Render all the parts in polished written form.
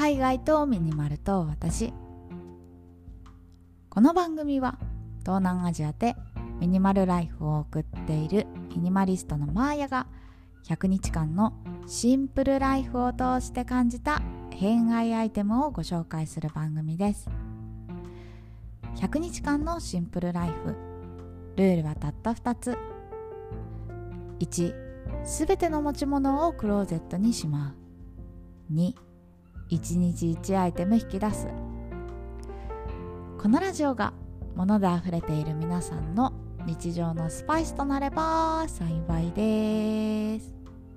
海外とミニマルと私。この番組は東南アジアでミニマルライフを送っているミニマリストのマーヤが100日間のシンプルライフを通して感じた偏愛アイテムをご紹介する番組です。100日間のシンプルライフ、ルールはたった2つ。1、すべての持ち物をクローゼットにしまう。2、1日1アイテム引き出す。このラジオが物であふれている皆さんの日常のスパイスとなれば幸いです。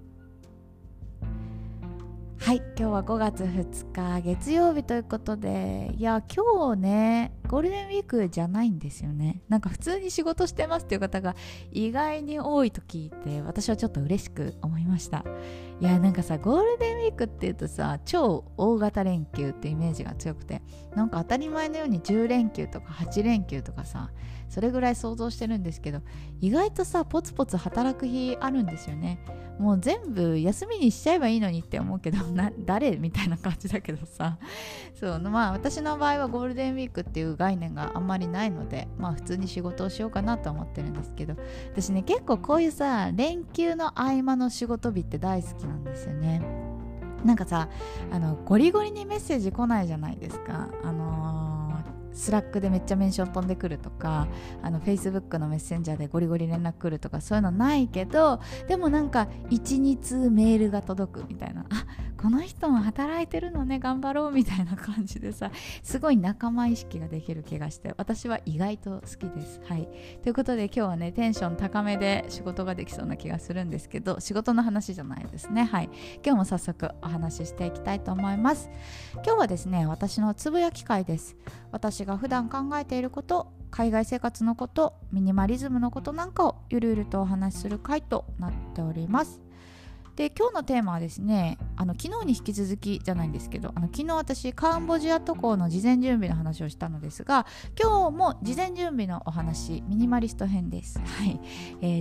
はい、今日は5月2日月曜日ということで、いや今日ねゴールデンウィークじゃないんですよね。なんか普通に仕事してますっていう方が意外に多いと聞いて、私はちょっと嬉しく思いました。いやなんかさ、ゴールデンウィークっていうとさ、超大型連休ってイメージが強くて、なんか当たり前のように10連休とか8連休とかさ、それぐらい想像してるんですけど、意外とさポツポツ働く日あるんですよね。もう全部休みにしちゃえばいいのにって思うけど、誰みたいな感じだけどさ、そうまあ私の場合はゴールデンウィークっていう概念があんまりないので、まあ普通に仕事をしようかなと思ってるんですけど、私ね結構こういうさ連休の合間の仕事日って大好きなんですよね。なんかさゴリゴリにメッセージ来ないじゃないですか。スラックでめっちゃメンション飛んでくるとか、Facebook のメッセンジャーでゴリゴリ連絡来るとか、そういうのないけど、でもなんか1、2通メールが届くみたいな、あ、この人も働いてるのね、頑張ろうみたいな感じでさ、すごい仲間意識ができる気がして、私は意外と好きです。はい。ということで今日はねテンション高めで仕事ができそうな気がするんですけど、仕事の話じゃないですね。はい。今日も早速お話ししていきたいと思います。今日はですね、私のつぶやき会です。私が普段考えていること、海外生活のこと、ミニマリズムのことなんかをゆるゆるとお話しする回となっております。で、今日のテーマはですね、昨日に引き続きじゃないんですけど、昨日私カンボジア渡航の事前準備の話をしたのですが、今日も事前準備のお話、ミニマリスト編です。はい。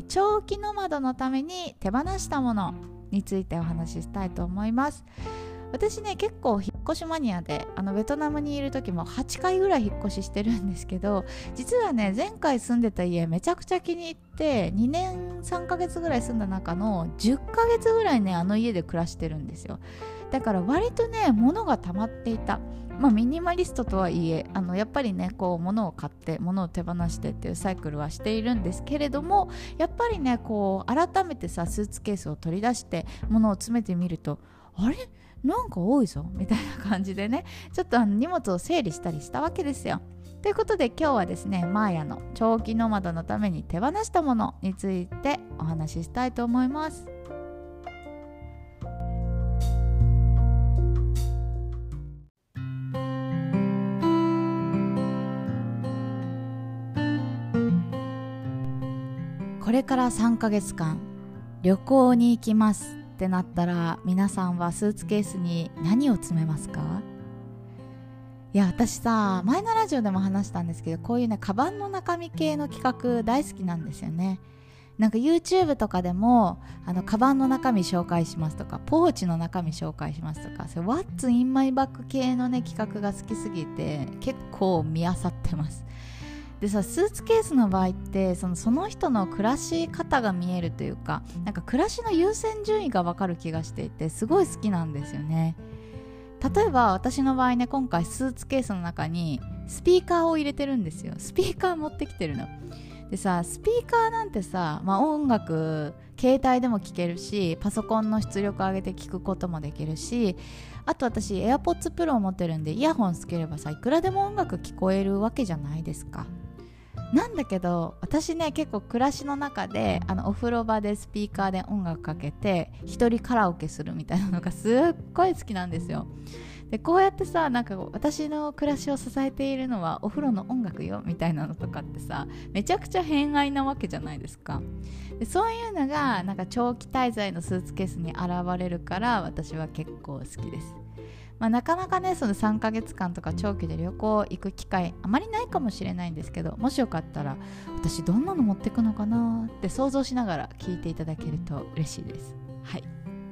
長期ノマドのために手放したものについてお話ししたいと思います。私ね結構引っ越しマニアで、ベトナムにいる時も8回ぐらい引っ越ししてるんですけど、実はね前回住んでた家めちゃくちゃ気に入って2年3ヶ月ぐらい住んだ中の10ヶ月ぐらいね家で暮らしてるんですよ。だから割とね物が溜まっていた。ミニマリストとはいえやっぱりねこう物を買って物を手放してっていうサイクルはしているんですけれども、やっぱりねこう改めてさスーツケースを取り出して物を詰めてみると、あれなんか多いぞみたいな感じでね、ちょっと荷物を整理したりしたわけですよ。ということで今日はですね、マーヤの長期ノマドのために手放したものについてお話ししたいと思います。これから3ヶ月間旅行に行きますってなったら、皆さんはスーツケースに何を詰めますか？いや私さ前のラジオでも話したんですけど、こういうねカバンの中身系の企画大好きなんですよね。なんか YouTube とかでもカバンの中身紹介しますとか、ポーチの中身紹介しますとか、それ What's in my bag 系のね企画が好きすぎて結構見漁ってます。でさ、スーツケースの場合ってその人の暮らし方が見えるというか、なんか暮らしの優先順位が分かる気がしていて、すごい好きなんですよね。例えば私の場合ね、今回スーツケースの中にスピーカーを入れてるんですよ。スピーカー持ってきてるのでさ、スピーカーなんてさ、音楽携帯でも聴けるし、パソコンの出力上げて聴くこともできるし、あと私 AirPods Pro を持ってるんで、イヤホンつければさいくらでも音楽聞こえるわけじゃないですか。なんだけど私ね結構暮らしの中でお風呂場でスピーカーで音楽かけて一人カラオケするみたいなのがすっごい好きなんですよ。でこうやってさ、なんか私の暮らしを支えているのはお風呂の音楽よみたいなのとかってさ、めちゃくちゃ偏愛なわけじゃないですか。でそういうのがなんか長期滞在のスーツケースに現れるから私は結構好きです。なかなかねその3ヶ月間とか長期で旅行行く機会あまりないかもしれないんですけど、もしよかったら私どんなの持ってくのかなって想像しながら聞いていただけると嬉しいです。はい。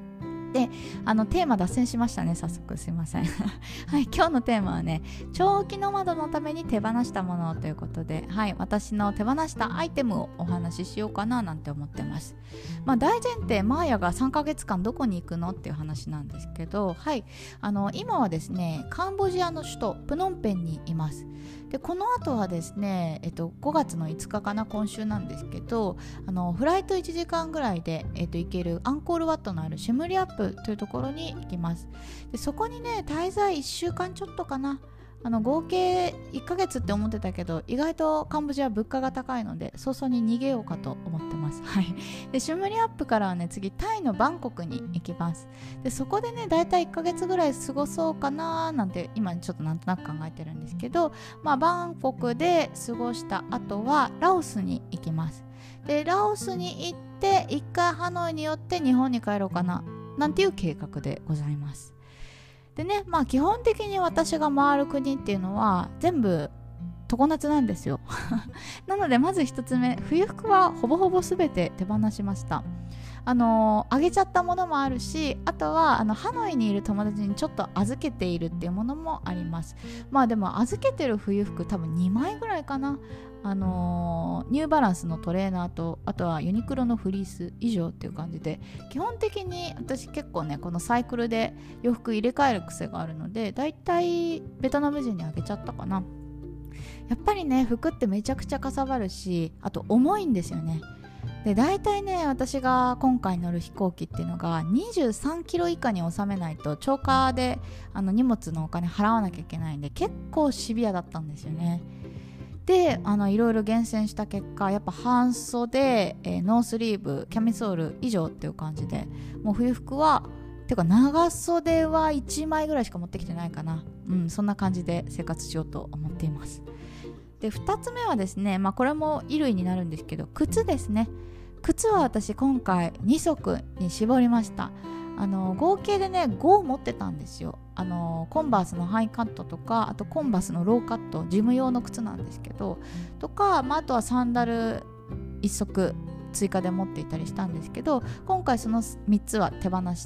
で、テーマ脱線しましたね。早速すいませんはい、今日のテーマはね、長期ノマドのために手放したものということで、はい、私の手放したアイテムをお話ししようかななんて思ってます。大前提、マーヤが3ヶ月間どこに行くのっていう話なんですけど、はい、今はですね、カンボジアの首都プノンペンにいます。でこの後はですね、5月の5日かな、今週なんですけど、フライト1時間ぐらいで、行けるアンコールワットのあるシェムリアップというところに行きます。でそこにね、滞在1週間ちょっとかな。合計1ヶ月って思ってたけど、意外とカンボジア物価が高いので早々に逃げようかと思ってます。はい。でシェムリアップからはね、次タイのバンコクに行きます。でそこでね、だいたい1ヶ月ぐらい過ごそうかななんて今ちょっとなんとなく考えてるんですけど、バンコクで過ごした後はラオスに行きます。でラオスに行って一回ハノイに寄って日本に帰ろうかななんていう計画でございます。でね、基本的に私が回る国っていうのは全部常夏なんですよなのでまず一つ目、冬服はほぼほぼ全て手放しました。あげちゃったものもあるし、あとはハノイにいる友達にちょっと預けているっていうものもあります。でも預けてる冬服多分2枚ぐらいかな。ニューバランスのトレーナーと、あとはユニクロのフリース以上っていう感じで、基本的に私結構ね、このサイクルで洋服入れ替える癖があるので、だいたいベトナム人にあげちゃったかな。やっぱりね、服ってめちゃくちゃかさばるし、あと重いんですよね。で大体ね、私が今回乗る飛行機っていうのが23キロ以下に収めないと超過で荷物のお金払わなきゃいけないんで、結構シビアだったんですよね。でいろいろ厳選した結果、やっぱ半袖、ノースリーブ、キャミソール以上っていう感じで、もう冬服はてか長袖は1枚ぐらいしか持ってきてないかな。そんな感じで生活しようと思っています。で2つ目はですね、これも衣類になるんですけど、靴ですね。靴は私今回2足に絞りました。合計でね5持ってたんですよ。コンバースのハイカットとか、あとコンバースのローカット、ジム用の靴なんですけどとか、あとはサンダル1足追加で持っていたりしたんですけど、今回その3つは手放して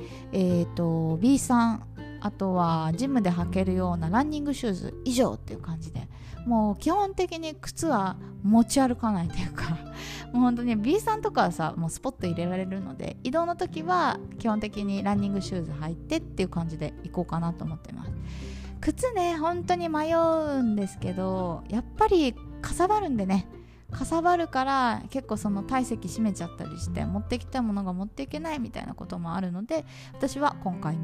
、B さん、あとはジムで履けるようなランニングシューズ以上っていう感じで、もう基本的に靴は持ち歩かないというかもう本当に B さんとかはさ、もうスポット入れられるので、移動の時は基本的にランニングシューズ履いてっていう感じで行こうかなと思ってます。靴ね、本当に迷うんですけど、やっぱりかさばるんでね、かさばるから結構その体積締めちゃったりして、持ってきたものが持っていけないみたいなこともあるので、私は今回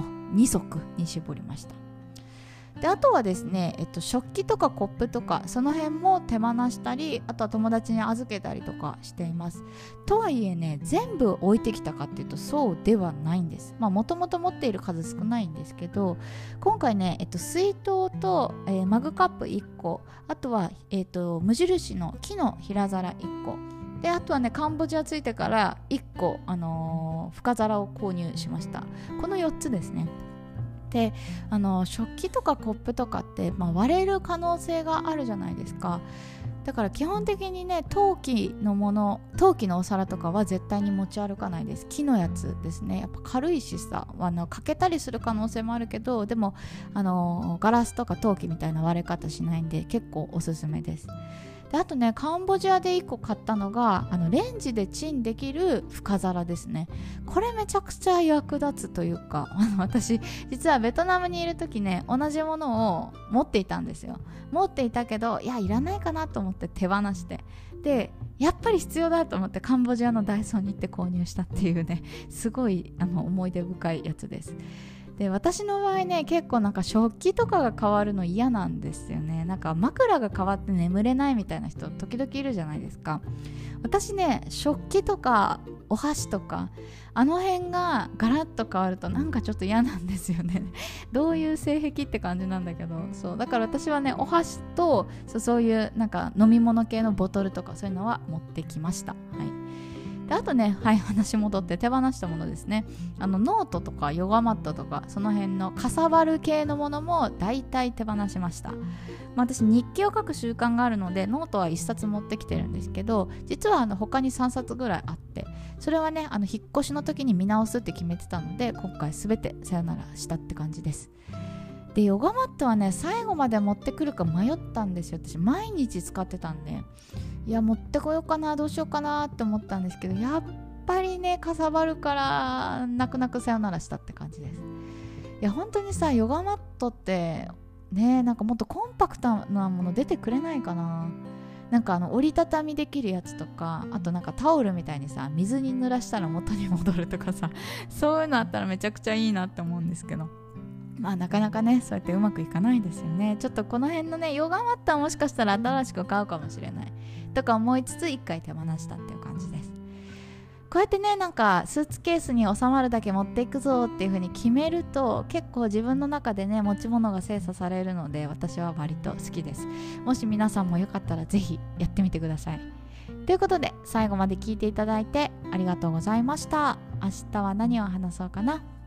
2足に絞りました。であとはですね、食器とかコップとかその辺も手放したり、あとは友達に預けたりとかしています。とはいえね、全部置いてきたかっていうとそうではないんです。もともと持っている数少ないんですけど、今回ね、水筒と、マグカップ1個、あとは、無印の木の平皿1個で、あとはね、カンボジア着いてから1個、深皿を購入しました。この4つですね。で食器とかコップとかって、割れる可能性があるじゃないですか。だから基本的にね、陶器のお皿とかは絶対に持ち歩かないです。木のやつですね。やっぱ軽いしさ、欠けたりする可能性もあるけど、でもガラスとか陶器みたいな割れ方しないんで結構おすすめです。であとね、カンボジアで1個買ったのがレンジでチンできる深皿ですね。これめちゃくちゃ役立つというか、私実はベトナムにいる時ね、同じものを持っていたんですよ。持っていたけど、いらないかなと思って手放して、でやっぱり必要だと思ってカンボジアのダイソーに行って購入したっていうね、すごい思い出深いやつです。で私の場合ね、結構なんか食器とかが変わるの嫌なんですよね。なんか枕が変わって眠れないみたいな人時々いるじゃないですか。私ね、食器とかお箸とかあの辺がガラッと変わるとなんかちょっと嫌なんですよね。どういう性癖って感じなんだけど、そうだから私はね、お箸とそういうなんか飲み物系のボトルとかそういうのは持ってきました。はい。であとね、話戻って手放したものですね。ノートとかヨガマットとかその辺のかさばる系のものも大体手放しました。私日記を書く習慣があるのでノートは1冊持ってきてるんですけど、実は他に3冊ぐらいあって、 それはね引っ越しの時に見直すって決めてたので、今回全てさよならしたって感じです。でヨガマットはね最後まで持ってくるか迷ったんですよ。私毎日使ってたんで、いや持ってこようかなどうしようかなって思ったんですけど、やっぱりねかさばるから泣く泣くさよならしたって感じです。いや本当にさヨガマットってね、なんかもっとコンパクトなもの出てくれないかな。なんか折りたたみできるやつとか、あとなんかタオルみたいにさ水に濡らしたら元に戻るとかさ、そういうのあったらめちゃくちゃいいなって思うんですけど、まあなかなかねそうやってうまくいかないですよね。ちょっとこの辺のねヨガマットはもしかしたら新しく買うかもしれないとか思いつつ一回手放したっていう感じです。こうやってねなんかスーツケースに収まるだけ持っていくぞっていう風に決めると、結構自分の中でね持ち物が精査されるので、私は割と好きです。もし皆さんもよかったらぜひやってみてください。ということで最後まで聞いていただいてありがとうございました。明日は何を話そうかな。